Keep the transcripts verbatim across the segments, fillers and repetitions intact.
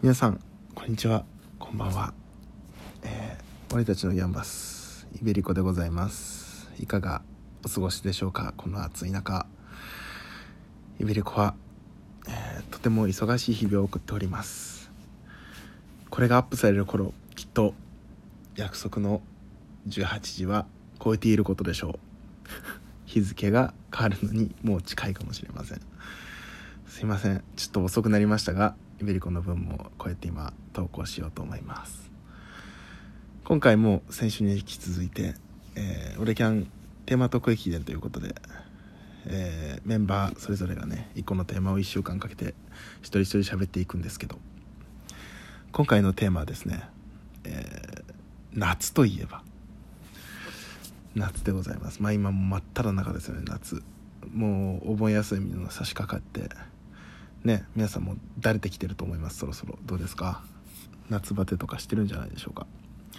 皆さんこんにちは、こんばんは。えー、俺たちのヤンバスイベリコでございます。いかがお過ごしでしょうか。この暑い中、イベリコは、えー、とても忙しい日々を送っております。これがアップされる頃、きっと約束のじゅうはちじは超えていることでしょう。日付が変わるのにもう近いかもしれません。すいません、ちょっと遅くなりましたが、イベリコの分もこうやって今投稿しようと思います。今回も先週に引き続いて、えー、俺キャンテーマ特駅伝ということで、えー、メンバーそれぞれがねいっこのテーマをいっしゅうかんかけて一人一人喋っていくんですけど、今回のテーマはですね、えー、夏といえば夏でございます。まあ今も真っ只中ですよね。夏もうお盆休みの差し掛かってね、皆さんも慣れてきてると思います。そろそろどうですか。夏バテとかしてるんじゃないでしょうか。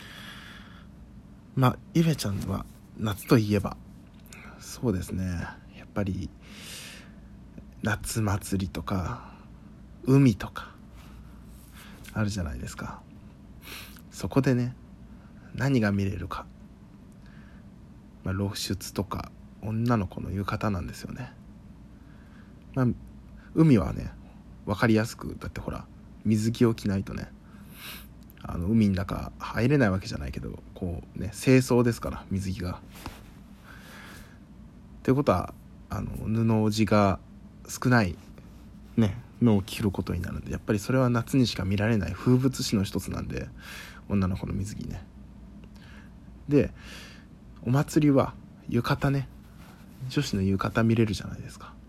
まあイベちゃんは夏といえばそうですね、やっぱり夏祭りとか海とかあるじゃないですか。そこでね、何が見れるか、まあ、露出とか女の子の浴衣なんですよね。まあ海はね分かりやすく、だってほら水着を着ないとね、あの海の中入れないわけじゃないけど、こうね清掃ですから水着が。ということはあの布地が少ないねのを着ることになるんで、やっぱりそれは夏にしか見られない風物詩の一つなんで、女の子の水着ね。でお祭りは浴衣ね、女子の浴衣見れるじゃないですか。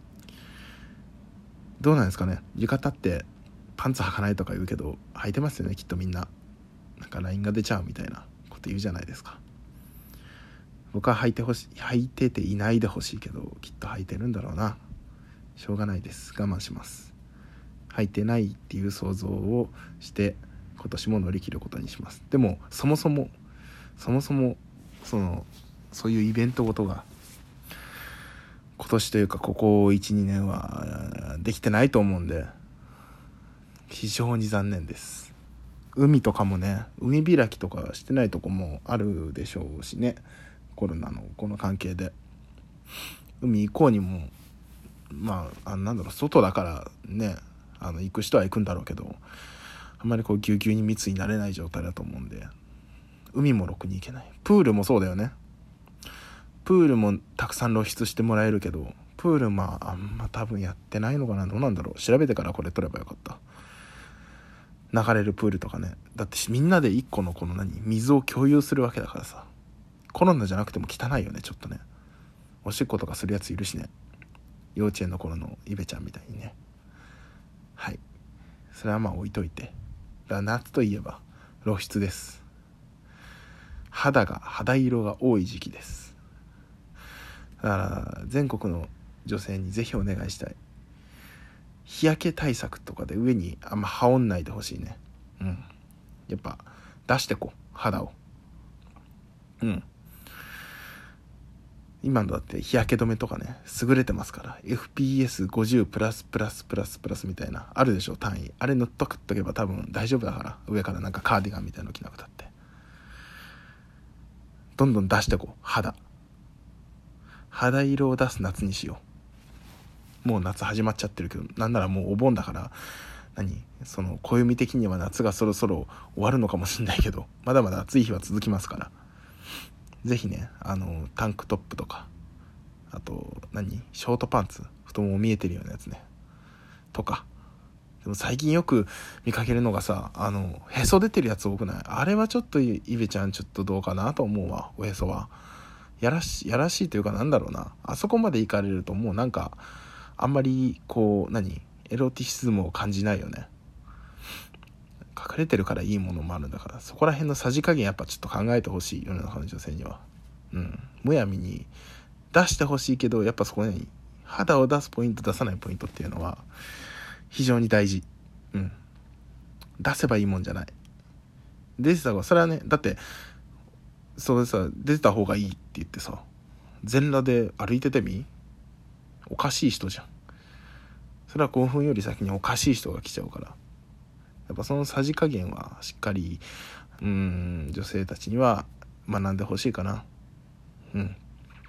どうなんですかね、浴衣ってパンツ履かないとか言うけど履いてますよね、きっとみんな。なんかラインが出ちゃうみたいなこと言うじゃないですか。僕は履いてほしい、履いてていないでほしいけど、きっと履いてるんだろうな。しょうがないです、我慢します。履いてないっていう想像をして今年も乗り切ることにします。でもそもそもそもそもそのそういうイベントごとが今年というかここ いちにねんはできてないと思うんで、非常に残念です。海とかもね、海開きとかしてないとこもあるでしょうしね、コロナのこの関係で。海行こうにもまあ、あなんだろう、外だからね、あの行く人は行くんだろうけど、あんまりこうぎゅうぎゅうに密になれない状態だと思うんで、海もろくに行けない。プールもそうだよね。プールもたくさん露出してもらえるけど、プールまああんま多分やってないのかな。どうなんだろう、調べてからこれ撮ればよかった。流れるプールとかね、だってみんなで一個のこの何水を共有するわけだからさ、コロナじゃなくても汚いよね、ちょっとね。おしっことかするやついるしね、幼稚園の頃のイベちゃんみたいにね。はい、それはまあ置いといて、だから夏といえば露出です。肌が肌色が多い時期です。だから全国の女性にぜひお願いしたい。日焼け対策とかで上にあんま羽織んないでほしいね。うんやっぱ出してこ肌を。うん今のだって日焼け止めとかね優れてますから、 エフピーエスごじゅう プラスプラスプラスプラスみたいなあるでしょ単位。あれ塗っとくっとけば多分大丈夫だから、上からなんかカーディガンみたいなの着なくたって。どんどん出してこ肌肌色を出す夏にしよう。もう夏始まっちゃってるけど、なんならもうお盆だから、何その暦的には夏がそろそろ終わるのかもしれないけど、まだまだ暑い日は続きますから、ぜひね、あのタンクトップとか、あと何ショートパンツ、太もも見えてるようなやつねとか。でも最近よく見かけるのがさ、あのへそ出てるやつ多くない？あれはちょっとイベちゃんちょっとどうかなと思うわ。おへそはやらしやらしいというか、なんだろうな、あそこまで行かれるともうなんかあんまりこう何エロティシズムを感じないよね。隠れてるからいいものもあるんだから、そこら辺のさじ加減やっぱちょっと考えてほしい、世の中の女性には。うんむやみに出してほしいけど、やっぱそこに肌を出すポイント出さないポイントっていうのは非常に大事。うん出せばいいもんじゃない。出てた方がそれはね、だってそれさ出てた方がいいって言ってさ全裸で歩いててみ、おかしい人じゃん。それは興奮より先におかしい人が来ちゃうから、 やっぱそのさじ加減はしっかりうーん女性たちには学んでほしいかな。うん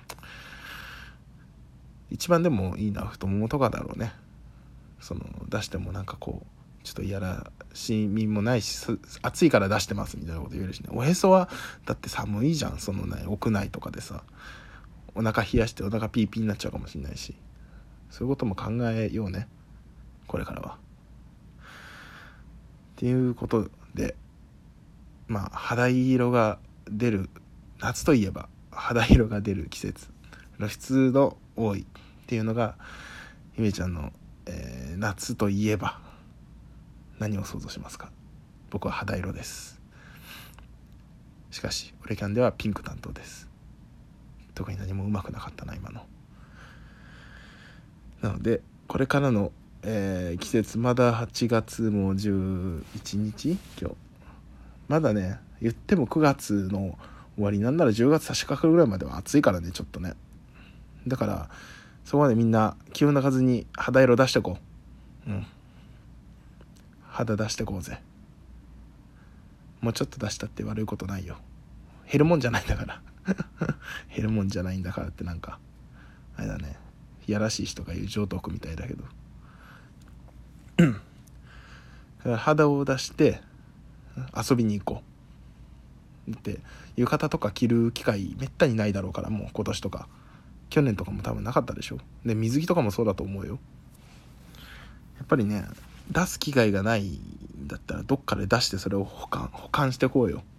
一番でもいいのは太ももとかだろうね。その出してもなんかこうちょっといやらしみもないし、暑いから出してますみたいなこと言えるしね。おへそはだって寒いじゃん、そのね屋内とかでさ、お腹冷やしてお腹ピーピーになっちゃうかもしれないし、そういうことも考えようねこれからは。っていうことで、まあ肌色が出る夏といえば肌色が出る季節、露出度多いっていうのが姫ちゃんの、えー、夏といえば何を想像しますか？僕は肌色です。しかしオレキャンではピンク担当です。特に何もうまくなかったな今の。なのでこれからの、えー、季節、まだはちがつもじゅういちにち今日、まだね言ってもくがつの終わり、なんならじゅうがつ差し掛かるぐらいまでは暑いからねちょっとね。だからそこまでみんな気を抜かずに肌色出してこう。うん肌出してこうぜ。もうちょっと出したって悪いことないよ。減るもんじゃないんだから減るもんじゃないんだからってなんかあれだね、いやらしい人が言う上等句みたいだけどだから肌を出して遊びに行こう。だって浴衣とか着る機会めったにないだろうから、もう今年とか去年とかも多分なかったでしょ。で水着とかもそうだと思うよ。やっぱりね出す機会がないんだったらどっかで出してそれを保管保管してこうよ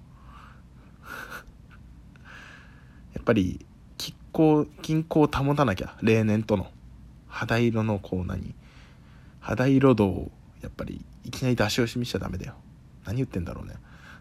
やっぱり均衡均衡を保たなきゃ、例年との肌色のこう何肌色度をやっぱりいきなり出し惜しみしちゃダメだよ。何言ってんだろうね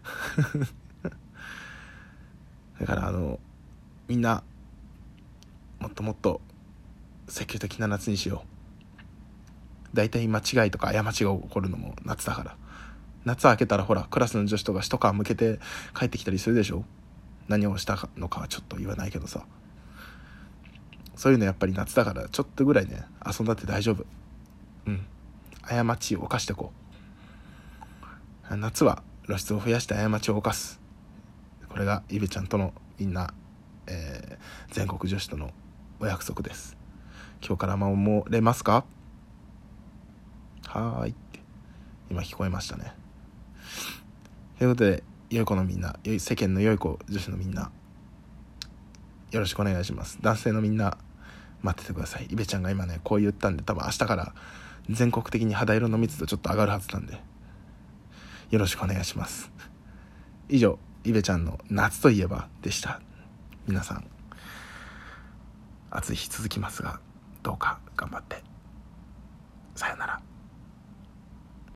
だからあのみんなもっともっと積極的な夏にしよう。だいたい間違いとか過ちが起こるのも夏だから。夏明けたらほらクラスの女子とか一皮むけて帰ってきたりするでしょ。何をしたのかはちょっと言わないけどさ、そういうのやっぱり夏だからちょっとぐらいね遊んだって大丈夫。うん過ちを犯してこう。夏は露出を増やして過ちを犯す。これがイベちゃんとのみんな、えー、全国女子とのお約束です。今日から守れますか？はーいって今聞こえましたね。ということで良い子のみんな、世間の良い子女子のみんなよろしくお願いします。男性のみんな待っててください。イベちゃんが今ねこう言ったんで、多分明日から全国的に肌色の密度ちょっと上がるはずなんでよろしくお願いします。以上イベちゃんの夏といえばでした。皆さん暑い日続きますがどうか頑張って